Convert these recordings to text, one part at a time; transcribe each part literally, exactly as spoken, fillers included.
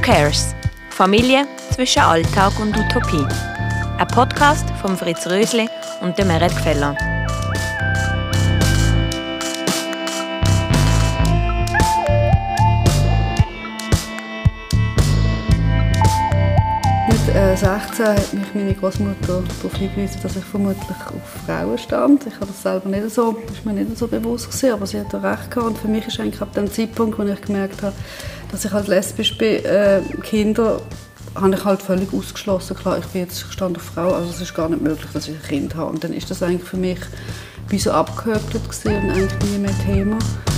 Cares? Familie zwischen Alltag und Utopie. Ein Podcast von Fritz Rösli und der Meret Gfeller. Mit äh, sechzehn hat mich meine Großmutter darauf hingewiesen, dass ich vermutlich auf Frauen stand. Ich habe das selber nicht so, ist mir nicht so bewusst gewesen, aber sie hat da recht gehabt. Und für mich ist eigentlich ab dem Zeitpunkt, wo ich gemerkt habe, dass ich halt lesbisch bin, äh, Kinder, habe ich halt völlig ausgeschlossen. Klar, ich bin jetzt stand auf Frau, also es ist gar nicht möglich, dass ich ein Kind habe. Und dann ist das eigentlich für mich wie so abgehökelt gewesen und eigentlich nie mehr Thema.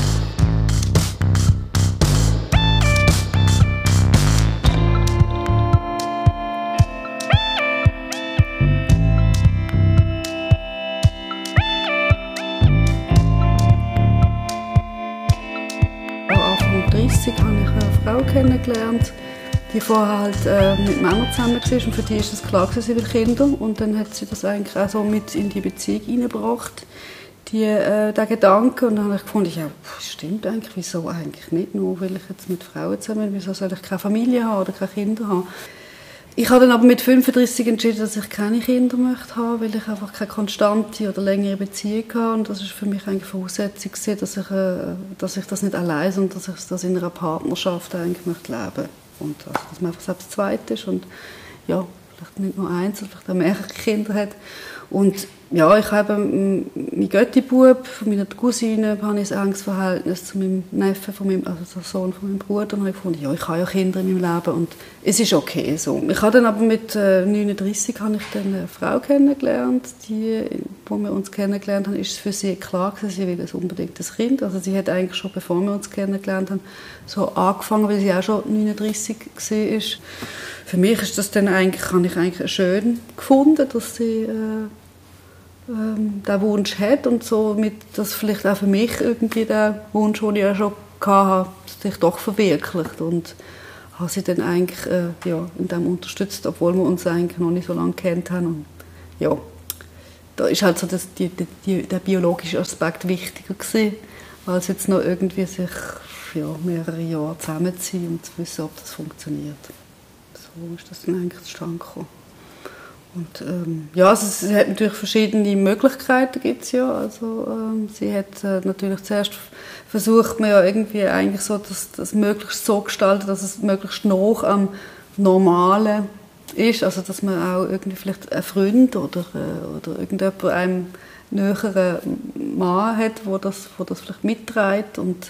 dreißig habe ich eine Frau kennengelernt, die vorher halt, äh, mit Männern zusammen war. Und für die war es klar, sie will Kinder. Und dann hat sie das eigentlich auch so mit in die Beziehung hineingebracht, die, äh, den Gedanken. Und dann habe ich gefunden, ja, stimmt eigentlich, wieso eigentlich nicht? Nur weil ich jetzt mit Frauen zusammen bin, wieso soll ich keine Familie haben oder keine Kinder haben? Ich habe dann aber mit fünfunddreißig entschieden, dass ich keine Kinder möchte haben, weil ich einfach keine konstante oder längere Beziehung habe. Und das war für mich eigentlich Voraussetzung, dass ich, äh, dass ich das nicht allein, sondern dass ich das in einer Partnerschaft eigentlich möchte leben. Und also, dass man einfach selbst zweit ist und ja, vielleicht nicht nur eins, sondern vielleicht auch mehrere Kinder hat. Und ja, ich habe meinen Götti-Bub, von meiner Cousine, habe ich ein enges Verhältnis zu meinem Neffen, von meinem, also der Sohn von meinem Bruder. Und habe ich gefunden, ja, ich habe ja Kinder in meinem Leben und es ist okay so. Ich habe dann aber mit äh, neununddreißig habe ich dann eine Frau kennengelernt, die, wo wir uns kennengelernt haben, ist es für sie klar gewesen, sie will unbedingt ein Kind. Also sie hat eigentlich schon, bevor wir uns kennengelernt haben, so angefangen, weil sie auch schon neununddreißig war. Für mich ist das dann eigentlich, habe ich eigentlich schön gefunden, dass sie äh, ähm, den Wunsch hat und so mit, dass vielleicht auch für mich irgendwie der Wunsch, den ich ja schon hatte, sich doch verwirklicht und habe sie dann eigentlich äh, ja, in dem unterstützt, obwohl wir uns eigentlich noch nicht so lange kennt haben. Und, ja, da ist halt so das, die, die, der biologische Aspekt wichtiger gewesen, als jetzt noch irgendwie sich ja, mehrere Jahre zusammenziehen und zu wissen, ob das funktioniert. So ist das dann eigentlich zustande gekommen. Und, ähm, ja, also es hat natürlich verschiedene Möglichkeiten, gibt's ja. Also, ähm, sie hat äh, natürlich zuerst versucht, man ja irgendwie eigentlich so, dass das möglichst so gestalten, dass es möglichst nah am Normalen ist. Also, dass man auch irgendwie vielleicht einen Freund oder, äh, oder irgendjemand einem näheren Mann hat, der das, wo das vielleicht mitträgt. Und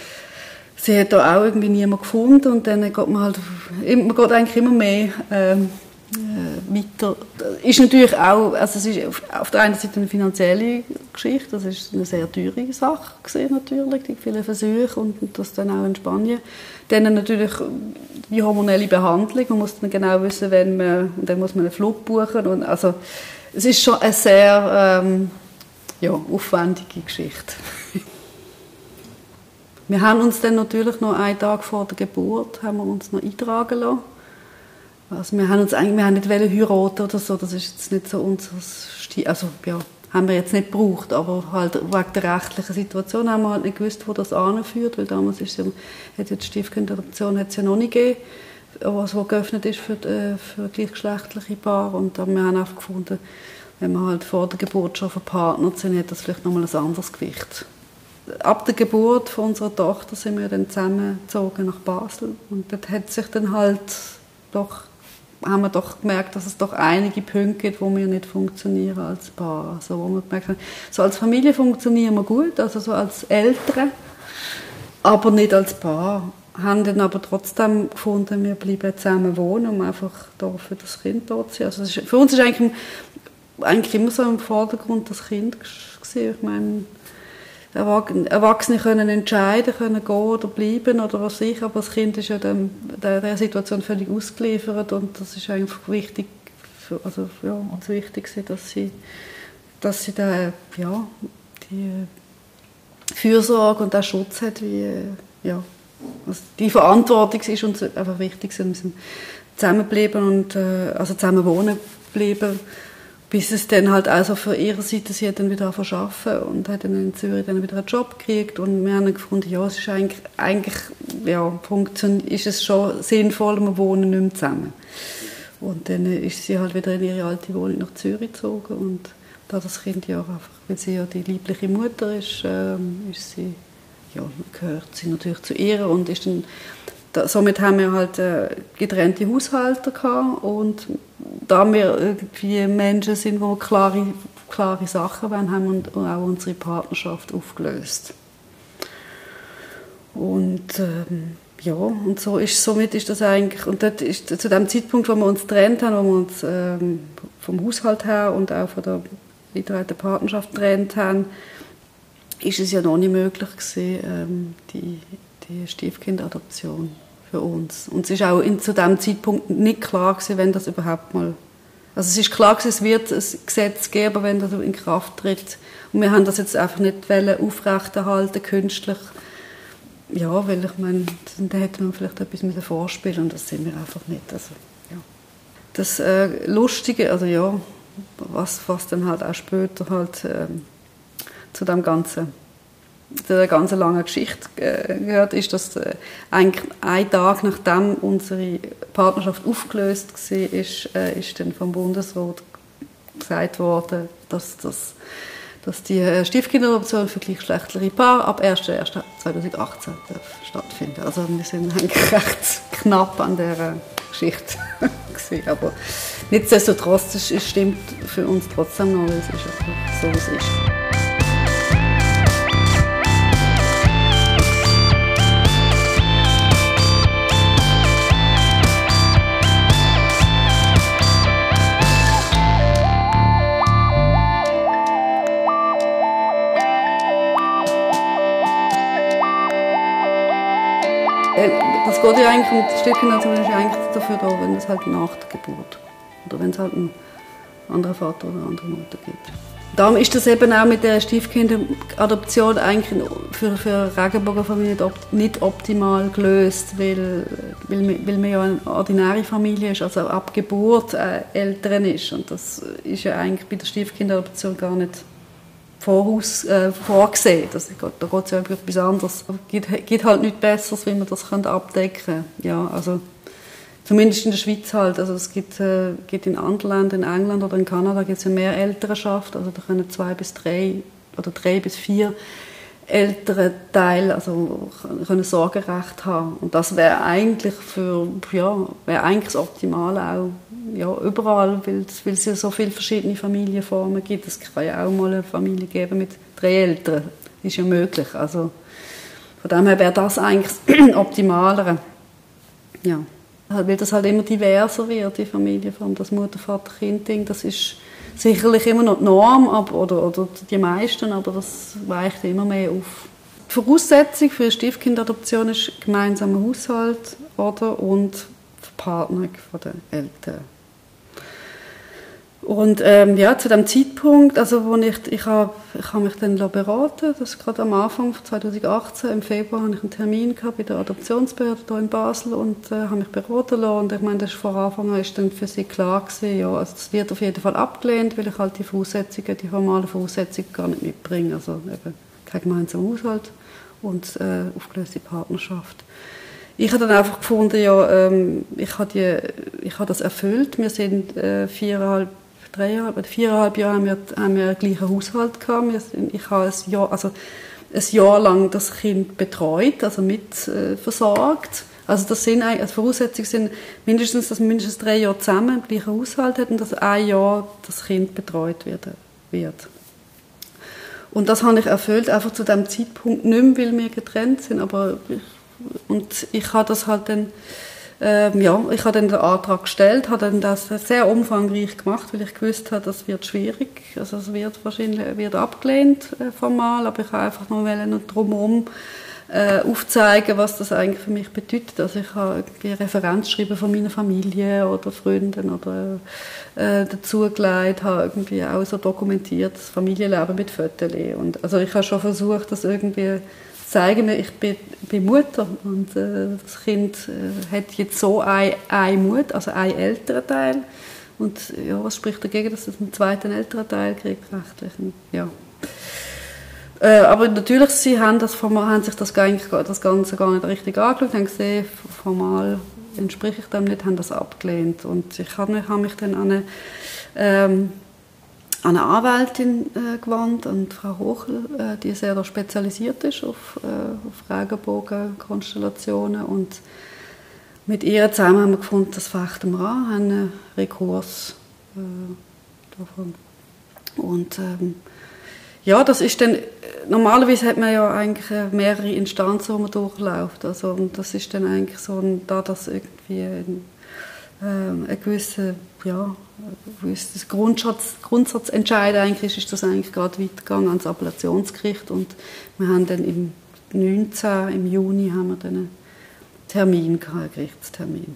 sie hat da auch irgendwie niemanden gefunden. Und dann geht man halt, man geht eigentlich immer mehr, ähm, Äh, weiter. Ist natürlich auch, also es ist auf der einen Seite eine finanzielle Geschichte, das ist eine sehr teure Sache gewesen, natürlich, die vielen Versuche und das dann auch in Spanien. Dann natürlich die hormonelle Behandlung, man muss dann genau wissen, wenn man, und dann muss man einen Flug buchen und also es ist schon eine sehr ähm, ja, aufwendige Geschichte. Wir haben uns dann natürlich noch einen Tag vor der Geburt haben wir uns noch eintragen lassen. Also wir haben uns eigentlich, wir haben nicht heiraten oder so, das ist jetzt nicht so unser Stil, also ja, haben wir jetzt nicht gebraucht, aber halt wegen der rechtlichen Situation haben wir halt nicht gewusst, wo das anführt, weil damals ist ja, hat ja die Stiefkindadoption hat es ja noch nicht gegeben, was wo geöffnet ist für, die, für gleichgeschlechtliche Paare und wir haben auch gefunden, wenn wir halt vor der Geburt schon verpartnert sind, hat das vielleicht nochmal ein anderes Gewicht. Ab der Geburt von unserer Tochter sind wir dann zusammengezogen nach Basel und dort hat sich dann halt doch haben wir doch gemerkt, dass es doch einige Punkte gibt, wo wir nicht funktionieren als Paar. Also, wo wir gemerkt haben, so als Familie funktionieren wir gut, also so als Eltern, aber nicht als Paar. Haben dann aber trotzdem gefunden, wir bleiben zusammen wohnen, um einfach da für das Kind da zu sein. Also ist, für uns ist eigentlich, eigentlich immer so im Vordergrund das Kind gewesen. Ich meine, Erwachsene können entscheiden, können gehen oder bleiben oder was ich, aber das Kind ist ja dem, der, der Situation völlig ausgeliefert und das ist einfach wichtig, für, also ja, uns wichtig, dass sie, dass sie da, ja, die Fürsorge und den Schutz hat, wie, ja, also die Verantwortung ist uns einfach wichtig, wir müssen zusammenbleiben und äh, also zusammen wohnen bleiben bis es dann halt also für ihre Seite, sie hat dann wieder angefangen zu arbeiten und hat dann in Zürich dann wieder einen Job gekriegt und wir haben dann gefunden, ja, es ist eigentlich, eigentlich ja, funktioniert, ist es schon sinnvoll, wir wohnen nicht mehr zusammen. Und dann ist sie halt wieder in ihre alte Wohnung nach Zürich gezogen und da das Kind ja einfach, weil sie ja die liebliche Mutter ist, ähm, ist sie, ja, gehört sie natürlich zu ihr und ist dann, da, somit haben wir halt äh, getrennte Haushalte gehabt und da wir irgendwie Menschen sind, die klare, klare Sachen wollen, haben wir auch unsere Partnerschaft aufgelöst. Und ähm, ja, und so ist, somit ist das eigentlich, und dort ist, zu dem Zeitpunkt, wo wir uns getrennt haben, wo wir uns ähm, vom Haushalt her und auch von der wiederholten Partnerschaft getrennt haben, ist es ja noch nicht möglich gewesen, ähm, die, die Stiefkindadoption für uns. Und es ist auch in, zu dem Zeitpunkt nicht klar gewesen, wenn das überhaupt mal, also es ist klar gewesen, es wird ein Gesetz geben, wenn das in Kraft tritt. Und wir haben das jetzt einfach nicht aufrechterhalten, künstlich. Ja, weil ich meine, dann hätte man vielleicht etwas mit vorspielen und das sind wir einfach nicht. Also, ja. Das äh, Lustige, also ja, was, was dann halt auch später halt äh, zu dem ganzen, zu der ganzen langen Geschichte äh, gehört, ist, dass äh, eigentlich ein Tag nachdem unsere Partnerschaft aufgelöst war, ist, äh, ist dann vom Bundesrat gesagt worden, dass das dass die Stiefkinderadoption für gleichgeschlechtliche Paare ab erster erster zweitausendachtzehn stattfinden. Also wir sind eigentlich recht knapp an dieser Geschichte gewesen. Aber nichtsdestotrotz, es stimmt für uns trotzdem noch, es ist einfach so, wie es ist. Das geht ja eigentlich, und die Stiefkindadoption ist eigentlich dafür da, wenn es halt nach der Geburt oder wenn es halt einen anderen Vater oder eine andere Mutter gibt. Darum ist das eben auch mit der Stiefkindadoption eigentlich für, für Regenbogenfamilien nicht optimal gelöst, weil, weil, weil man ja eine ordinäre Familie ist, also ab Geburt äh, Eltern ist. Und das ist ja eigentlich bei der Stiefkindadoption gar nicht voraus, äh, vorgesehen. Das, da geht es ja über etwas anderes. Es gibt, gibt halt nichts Besseres, wie man das abdecken kann. Ja, also, zumindest in der Schweiz halt. Also es gibt, äh, gibt in anderen Ländern, in England oder in Kanada, gibt es ja mehr Elternschaft. Also da können zwei bis drei oder drei bis vier Elternteile also können Sorgerecht haben. Und das wäre eigentlich für ja wäre eigentlich das Optimale auch ja überall, weil es, weil es ja so viele verschiedene Familienformen gibt. Es kann ja auch mal eine Familie geben mit drei Eltern. Das ist ja möglich. Also von dem her wäre das eigentlich das Optimalere. Ja. Weil das halt immer diverser wird, die Familienform, das Mutter-Vater-Kind-Ding, das ist sicherlich immer noch die Norm, aber, oder, oder die meisten, aber das weicht immer mehr auf. Die Voraussetzung für eine Stiefkindadoption ist gemeinsamer Haushalt oder, und Verpartnerung der Eltern. Und ähm, ja, zu dem Zeitpunkt, also wo ich, ich habe ich hab mich dann beraten, das ist gerade am Anfang zweitausendachtzehn, im Februar hatte ich einen Termin gehabt bei der Adoptionsbehörde hier in Basel und äh, habe mich beraten lassen. Und ich meine, das ist von Anfang an ist dann für sie klar gewesen, ja, also das wird auf jeden Fall abgelehnt, weil ich halt die Voraussetzungen, die formalen Voraussetzungen gar nicht mitbringe. Also eben kein gemeinsamer Haushalt und äh, aufgelöste Partnerschaft. Ich habe dann einfach gefunden, ja, ähm, ich habe die, ich habe das erfüllt. Wir sind äh, viereinhalb Dreieinhalb, viereinhalb Jahre haben wir, haben wir einen gleichen Haushalt gehabt. Ich habe ein Jahr, also ein Jahr lang das Kind betreut, also mit äh, versorgt. Also das sind also Voraussetzungen sind mindestens, dass wir mindestens drei Jahre zusammen im gleichen Haushalt haben und dass ein Jahr das Kind betreut wird. wird. Und das habe ich erfüllt, einfach zu dem Zeitpunkt nicht mehr, weil wir getrennt sind. Aber ich, und ich habe das halt dann Ähm, ja, ich habe dann den Antrag gestellt, habe dann das sehr umfangreich gemacht, weil ich gewusst habe, das wird schwierig, also es wird wahrscheinlich wird abgelehnt äh, formal, aber ich habe einfach nur noch drumherum äh, aufzeigen, was das eigentlich für mich bedeutet. Also ich habe irgendwie Referenz geschrieben von meiner Familie oder Freunden oder äh, dazugelegt, habe irgendwie auch so dokumentiert das Familienleben mit Fotos und also ich habe schon versucht, das irgendwie zeigen mir, ich bin, bin Mutter und äh, das Kind äh, hat jetzt so eine, eine Mutter, also einen Elternteil Und ja, was spricht dagegen, dass es einen zweiten Elternteil kriegt, rechtlich? Ja. Äh, aber natürlich, sie haben, das formal, haben sich das, eigentlich, das Ganze gar nicht richtig angeschaut, haben gesehen, formal entspricht ich dem nicht, haben das abgelehnt. Und ich habe mich, hab mich dann an eine, ähm, an eine Anwältin äh, gewandt, an Frau Hochel, äh, die sehr spezialisiert ist auf, äh, auf Regenbogenkonstellationen. Und mit ihr zusammen haben wir gefunden, das fechten wir an, haben einen Rekurs äh, davon. Und ähm, ja, das ist dann, normalerweise hat man ja eigentlich mehrere Instanzen, die man durchläuft. Also, und das ist dann eigentlich so, ein, da das irgendwie ein, ähm, ein gewisser, ja, ein gewisses Grundsatz, Grundsatzentscheid eigentlich ist, ist das eigentlich gerade weitergegangen ans Appellationsgericht. Und wir haben dann im neunzehn, im Juni, haben wir dann einen Termin gehabt, einen Gerichtstermin.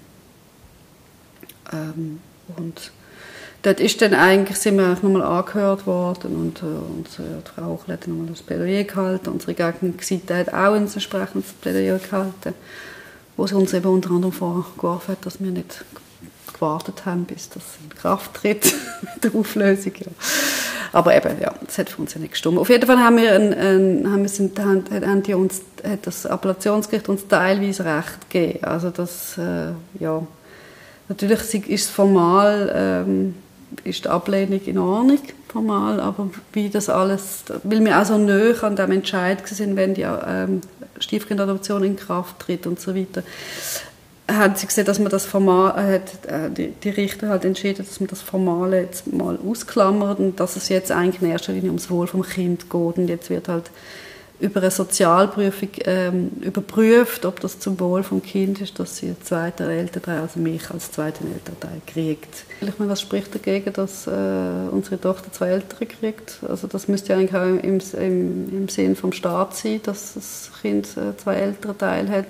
Ähm, und dort ist dann eigentlich, sind wir nochmal angehört worden und, äh, und äh, die Frau Hochel hat nochmal das Plädoyer gehalten. Unsere Gegenseite hat auch ein entsprechendes Plädoyer gehalten, wo sie uns eben unter anderem vorgeworfen hat, dass wir nicht gewartet haben, bis das in Kraft tritt mit der Auflösung. Ja. Aber eben, ja, das hat für uns ja nicht gestimmt. Auf jeden Fall haben wir, ein, ein, haben wir sind, haben, haben die uns, hat das Appellationsgericht uns teilweise Recht gegeben. Also das, äh, ja, natürlich ist es formal, ähm, ist die Ablehnung in Ordnung, formal, aber wie das alles, weil wir auch so nahe an dem Entscheid sind, wenn die ähm, Stiefkindadoption in Kraft tritt und so weiter, haben sie gesehen, dass man das formal, äh, die, die Richter halt entschieden, dass man das Formale jetzt mal ausklammert und dass es jetzt eigentlich in erster Linie ums Wohl vom Kind geht und jetzt wird halt über eine Sozialprüfung ähm, überprüft, ob das zum Wohl vom Kind ist, dass sie einen zweiten Elternteil, also mich als zweiten Elternteil kriegt. Ich meine, was spricht dagegen, dass äh, unsere Tochter zwei Eltern kriegt? Also das müsste ja eigentlich auch im, im, im Sinn vom Staat sein, dass das Kind äh, zwei Elternteile hat.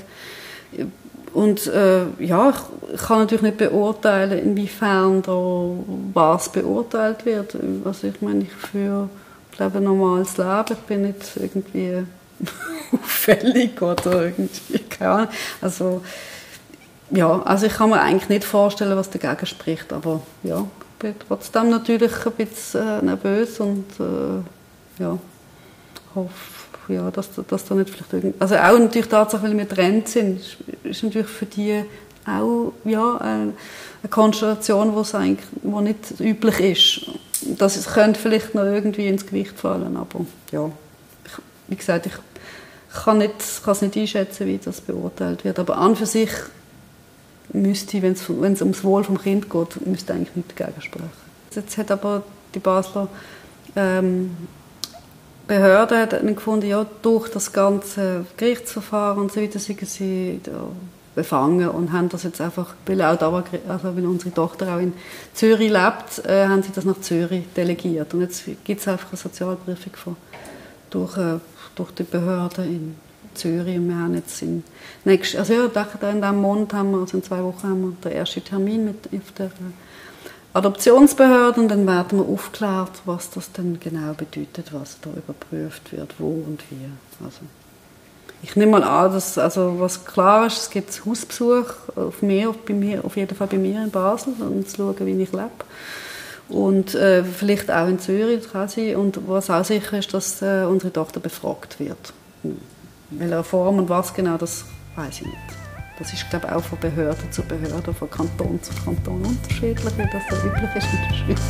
Und äh, ja, ich, ich kann natürlich nicht beurteilen, inwiefern da was beurteilt wird. Also ich meine, ich führe Ich lebe ein normales Leben, ich bin nicht irgendwie auffällig oder irgendwie, keine Ahnung. Also, ja, also ich kann mir eigentlich nicht vorstellen, was dagegen spricht, aber ja, ich bin trotzdem natürlich ein bisschen äh, nervös und äh, ja, hoffe, ja, dass, dass da nicht vielleicht irgendwie, also auch natürlich Tatsache, weil wir getrennt sind, ist, ist natürlich für die auch ja, eine, eine Konstellation, wo es eigentlich wo nicht üblich ist. Das ist, könnte vielleicht noch irgendwie ins Gewicht fallen, aber ja, ich, wie gesagt, ich kann, nicht, kann es nicht einschätzen, wie das beurteilt wird. Aber an für sich müsste, wenn es ums Wohl vom Kind geht, müsste eigentlich nichts dagegen sprechen. Jetzt hat aber die Basler ähm, Behörde hat gefunden, ja, durch das ganze Gerichtsverfahren und so weiter sind sie da befangen und haben das jetzt einfach, weil, auch da, also weil unsere Tochter auch in Zürich lebt, äh, haben sie das nach Zürich delegiert. Und jetzt gibt es einfach eine Sozialprüfung von, durch, äh, durch die Behörde in Zürich. Und wir haben jetzt in, nächst, also ja, in diesem Monat, haben wir, also in zwei Wochen, haben wir den ersten Termin mit auf der Adoptionsbehörde und dann werden wir aufgeklärt, was das denn genau bedeutet, was da überprüft wird, wo und wie. Also, ich nehme mal an, dass, also was klar ist, es gibt Hausbesuch auf, mir, bei mir, auf jeden Fall bei mir in Basel, um zu schauen, wie ich lebe. Und äh, vielleicht auch in Zürich, das kann sein. Und was auch sicher ist, dass äh, unsere Tochter befragt wird. In welcher Form und was genau, das weiß ich nicht. Das ist, glaube ich, auch von Behörde zu Behörde, von Kanton zu Kanton unterschiedlich, wie das so üblich ist in der Schweiz.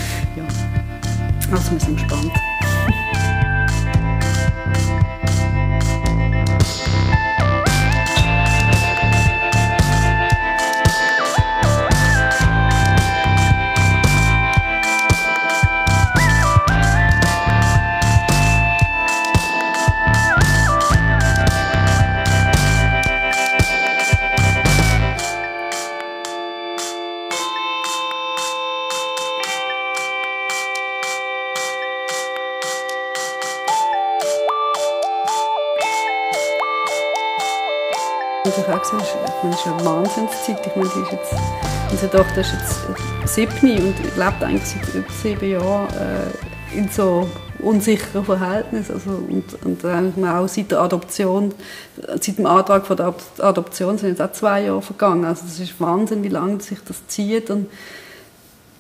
Ja. Also wir sind gespannt. Ich habe auch gesagt, das ist eine Wahnsinnszeit. Ich meine, die ist jetzt, unsere Tochter ist jetzt sieben und lebt eigentlich seit über sieben Jahren äh, in so unsicheren Verhältnissen. Also, und, und auch seit der Adoption, seit dem Antrag von der Adoption sind jetzt auch zwei Jahre vergangen. Also das ist Wahnsinn, wie lange sich das zieht. Und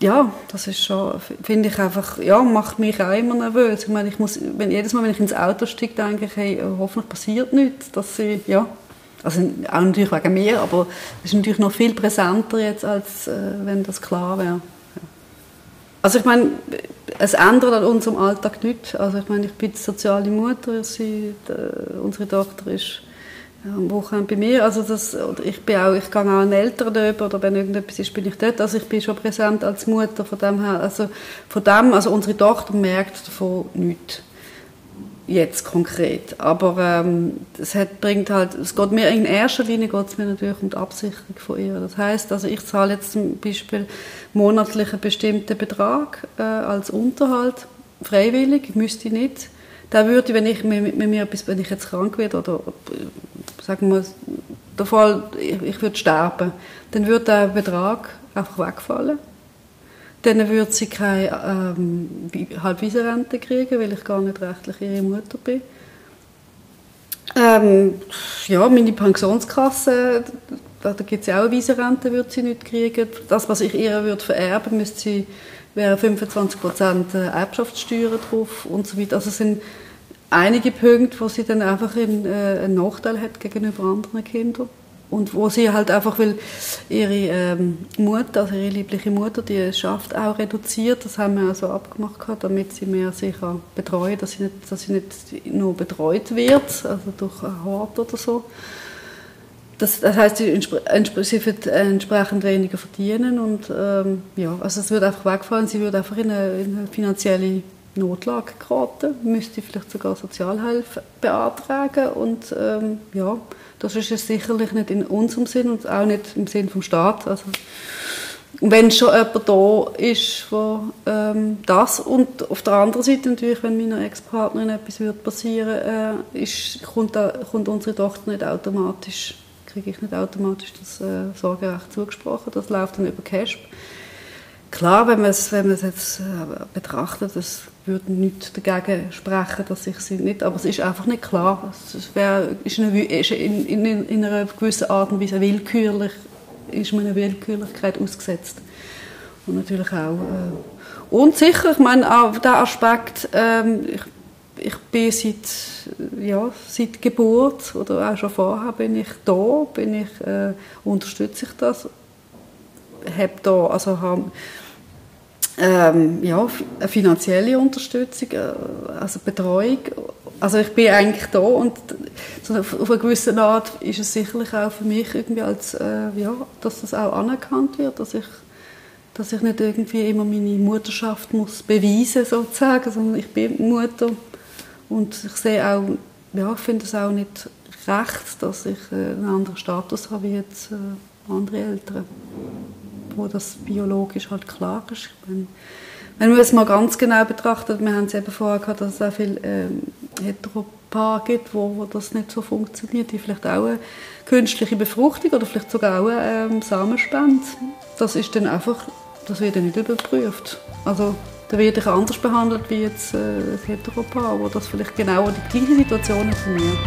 ja, das ist schon, finde ich einfach, ja, macht mich auch immer nervös. Ich meine, ich muss, wenn, jedes Mal, wenn ich ins Auto steige, denke ich, hey, hoffentlich passiert nichts, dass sie, ja, also auch natürlich wegen mir, aber es ist natürlich noch viel präsenter jetzt, als äh, wenn das klar wäre. Ja. Also ich meine, es ändert an unserem Alltag nichts. Also ich meine, ich bin die soziale Mutter, sie, die, unsere Tochter ist am Wochenende bei mir, also das, oder ich bin auch, ich gehe auch an Eltern drüber, oder wenn irgendetwas ist, bin ich dort, also ich bin schon präsent als Mutter, von dem her, also von dem, also unsere Tochter merkt davon nichts, jetzt konkret, aber ähm, es hat, bringt halt, es geht mir in erster Linie geht es mir natürlich um die Absicherung von ihr, das heisst, also ich zahle jetzt zum Beispiel monatlich einen bestimmten Betrag äh, als Unterhalt, freiwillig, müsste ich nicht. Da würde, wenn ich, mit, mit mir etwas, wenn ich jetzt krank werde oder sagen wir, der Fall, ich, ich würde sterben, dann würde der Betrag einfach wegfallen. Dann würde sie keine ähm, Halbwaisenrente kriegen, weil ich gar nicht rechtlich ihre Mutter bin. Ähm, ja, meine Pensionskasse, da, da gibt es ja auch eine Waisenrente, würde sie nicht kriegen. Das, was ich ihr würde vererben, müsste sie wären fünfundzwanzig Prozent Erbschaftssteuer drauf und so weiter. Also es sind einige Punkte, wo sie dann einfach einen, äh, einen Nachteil hat gegenüber anderen Kindern. Und wo sie halt einfach, weil ihre ähm, Mutter, also ihre liebliche Mutter, die schafft auch reduziert, das haben wir also abgemacht, damit sie mehr sich betreuen, dass sie nicht, dass sie nicht nur betreut wird, also durch einen Hort oder so. Das, das heisst, sie, sie wird entsprechend weniger verdienen und ähm, ja, also es wird einfach wegfallen, sie würde einfach in eine, in eine finanzielle Notlage geraten, müsste vielleicht sogar Sozialhilfe beantragen und ähm, ja, das ist es sicherlich nicht in unserem Sinn und auch nicht im Sinn vom Staat. Also, wenn schon jemand da ist, wo ähm, das und auf der anderen Seite natürlich, wenn meiner Ex-Partnerin etwas wird passieren, äh, ist, kommt, da, kommt unsere Tochter nicht automatisch, kriege ich nicht automatisch das äh, Sorgerecht zugesprochen, das läuft dann über C A S P. Klar, wenn man es, wenn man es jetzt äh, betrachtet, das würde nichts dagegen sprechen, dass ich sie nicht, aber es ist einfach nicht klar. Es wär, ist, eine, ist in, in, in einer gewissen Art und Weise willkürlich, ist man einer Willkürlichkeit ausgesetzt. Und natürlich auch äh, und sicher, ich meine, auch der Aspekt, ähm, ich, ich bin seit, ja, seit Geburt oder auch schon vorher bin ich da, bin ich, äh, unterstütze ich das, habe da, also habe, ähm, ja, eine finanzielle Unterstützung, also Betreuung. Also ich bin eigentlich da und so auf eine gewisse Art ist es sicherlich auch für mich irgendwie als, äh, ja, dass das auch anerkannt wird, dass ich, dass ich nicht irgendwie immer meine Mutterschaft muss beweisen sozusagen, sondern ich bin Mutter und ich sehe auch, ja, ich finde es auch nicht recht, dass ich einen anderen Status habe wie jetzt äh, andere Eltern, wo das biologisch halt klar ist. Wenn, wenn man es mal ganz genau betrachtet, wir haben es eben vorher gehabt, dass es auch viele ähm, Heteropaare gibt, wo, wo das nicht so funktioniert, die vielleicht auch eine künstliche Befruchtung oder vielleicht sogar auch eine ähm, Samenspende. Das ist dann einfach, das wird dann nicht überprüft. Also da werde ich anders behandelt wie jetzt äh, ein Heteropaar, wo das vielleicht genau die gleiche Situation hat wie mir.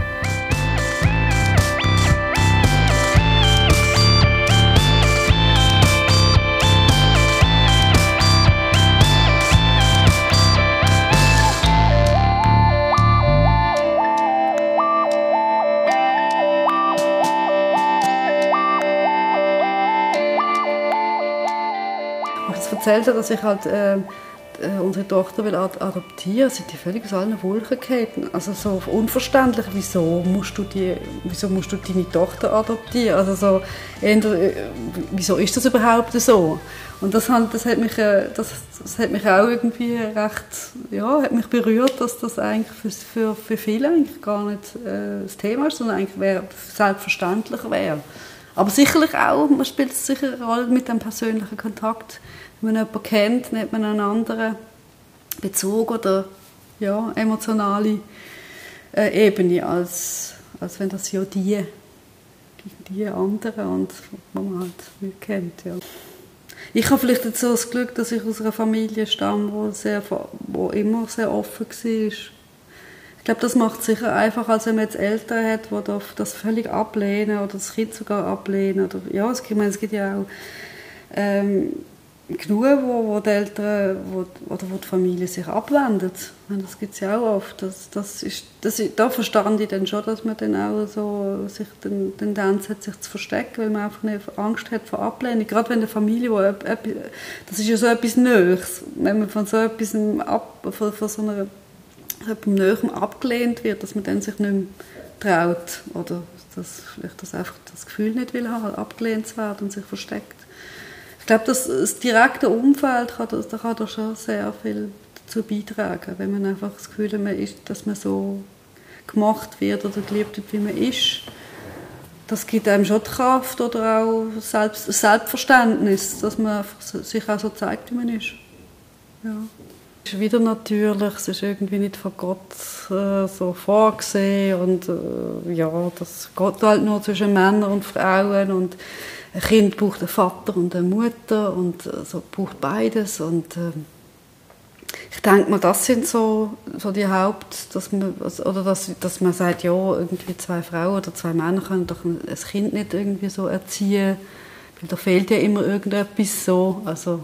Erzählt hat, dass ich halt äh, unsere Tochter will ad- adoptieren, sind die völlig aus allen Wolken gefallen. Also so unverständlich, wieso musst du die, wieso musst du deine Tochter adoptieren? Also so, eher, wieso ist das überhaupt so? Und das hat, das hat mich, das, das hat mich auch irgendwie recht, ja, hat mich berührt, dass das eigentlich für, für, für viele eigentlich gar nicht äh, das Thema ist, sondern eigentlich wär, selbstverständlich wäre. Aber sicherlich auch, man spielt sicher eine Rolle mit dem persönlichen Kontakt. Wenn man jemanden kennt, dann hat man einen anderen Bezug oder ja, emotionale äh, Ebene, als, als wenn das ja die, die anderen und die man halt nicht kennt. Ja. Ich habe vielleicht jetzt so das Glück, dass ich aus einer Familie stamme, wo, sehr, wo immer sehr offen war. Ich glaube, das macht es sicher einfacher, als wenn man jetzt Eltern hat, die das völlig ablehnen oder das Kind sogar ablehnen. Oder, ja, es, ich meine, es gibt ja auch ähm, genug, wo, wo die Eltern wo, oder wo die Familie sich abwendet. Das gibt es ja auch oft. Das, das ist, das, da verstand ich dann schon, dass man dann auch so sich den Tendenz hat, sich zu verstecken, weil man einfach nicht Angst hat vor Ablehnung. Gerade wenn eine Familie, wo, das ist ja so etwas Neues, wenn man von so etwas ab, von, von so einer etwas Neuem abgelehnt wird, dass man dann sich nicht mehr traut oder dass vielleicht das einfach das Gefühl nicht will haben, abgelehnt zu werden und sich versteckt. Ich glaube, das, das direkte Umfeld kann, das, da kann da schon sehr viel dazu beitragen, wenn man einfach das Gefühl hat, man ist, dass man so gemacht wird oder geliebt wird, wie man ist. Das gibt einem schon die Kraft oder auch Selbst, Selbstverständnis, dass man sich auch so zeigt, wie man ist. Ja. Es ist wieder natürlich, es ist irgendwie nicht von Gott äh, so vorgesehen und äh, ja, das geht halt nur zwischen Männern und Frauen und ein Kind braucht einen Vater und eine Mutter und äh, so braucht beides und äh, ich denke mal, das sind so, so die Haupt, dass man, oder dass, dass man sagt, ja, irgendwie zwei Frauen oder zwei Männer können doch ein Kind nicht irgendwie so erziehen, weil da fehlt ja immer irgendetwas so, also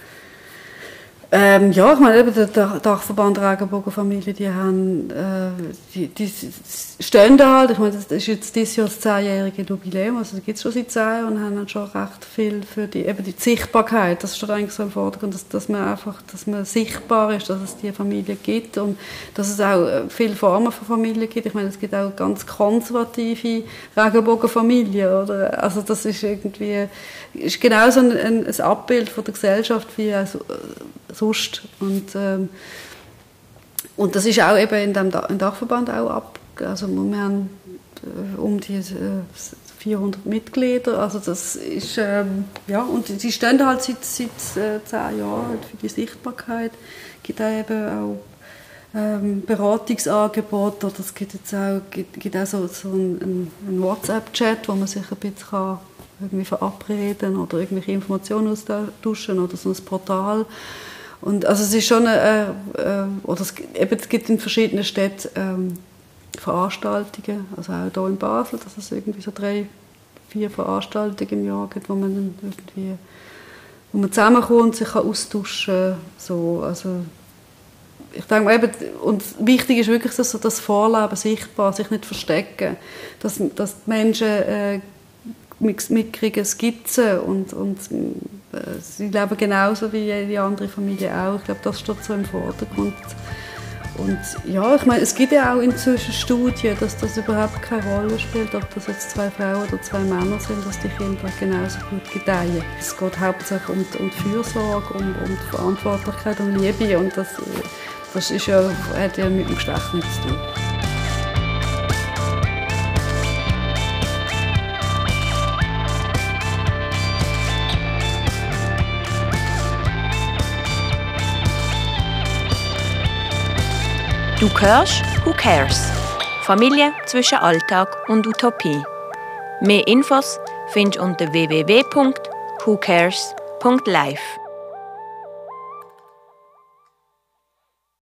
Ähm, ja, ich meine, eben der Dachverband Regenbogenfamilie, die haben, äh, die, die stehen da halt, ich meine, das ist jetzt dieses Jahr das zehnjährige Jubiläum, also das gibt es schon seit zehn und haben dann schon recht viel für die, eben die Sichtbarkeit, das steht eigentlich so im Vordergrund, dass, dass man einfach, dass man sichtbar ist, dass es diese Familie gibt und dass es auch viele Formen von Familien gibt. Ich meine, es gibt auch ganz konservative Regenbogenfamilien, oder? Also das ist irgendwie, ist genauso ein, ein, ein Abbild von der Gesellschaft wie also, sonst. Und, ähm, und das ist auch eben in dem im Dachverband auch ab. Also wir haben äh, um die äh, vierhundert Mitglieder. Also das ist, ähm, ja, und sie stehen halt seit, seit äh, zehn Jahren halt für die Sichtbarkeit. Es gibt auch eben auch ähm, Beratungsangebote. Oder es gibt jetzt auch, gibt, gibt auch so, so einen, einen WhatsApp-Chat, wo man sich ein bisschen kann irgendwie verabreden oder irgendwelche Informationen austauschen oder so ein Portal. Und also es ist schon eine, äh, oder es, eben, es gibt in verschiedenen Städten ähm, Veranstaltungen, also auch hier in Basel, dass es irgendwie so drei, vier Veranstaltungen im Jahr gibt, wo man dann irgendwie, wo man zusammenkommt, sich kann austauschen kann. So, also ich denke eben, und wichtig ist wirklich, dass so das Vorleben sichtbar, sich nicht verstecken, dass, dass die Menschen äh, mitkriegen Skizzen und, und äh, sie leben genauso wie jede andere Familie auch. Ich glaube, das steht so im Vordergrund. Und ja, ich meine, es gibt ja auch inzwischen Studien, dass das überhaupt keine Rolle spielt, ob das jetzt zwei Frauen oder zwei Männer sind, dass die Kinder genauso gut gedeihen. Es geht hauptsächlich um die, um die Fürsorge, um, um die Verantwortlichkeit, um Liebe und das, das ist ja, hat ja mit dem Geschlecht nichts zu tun. Du hörst Who Cares? Familie zwischen Alltag und Utopie. Mehr Infos findest du unter w w w punkt who cares punkt live.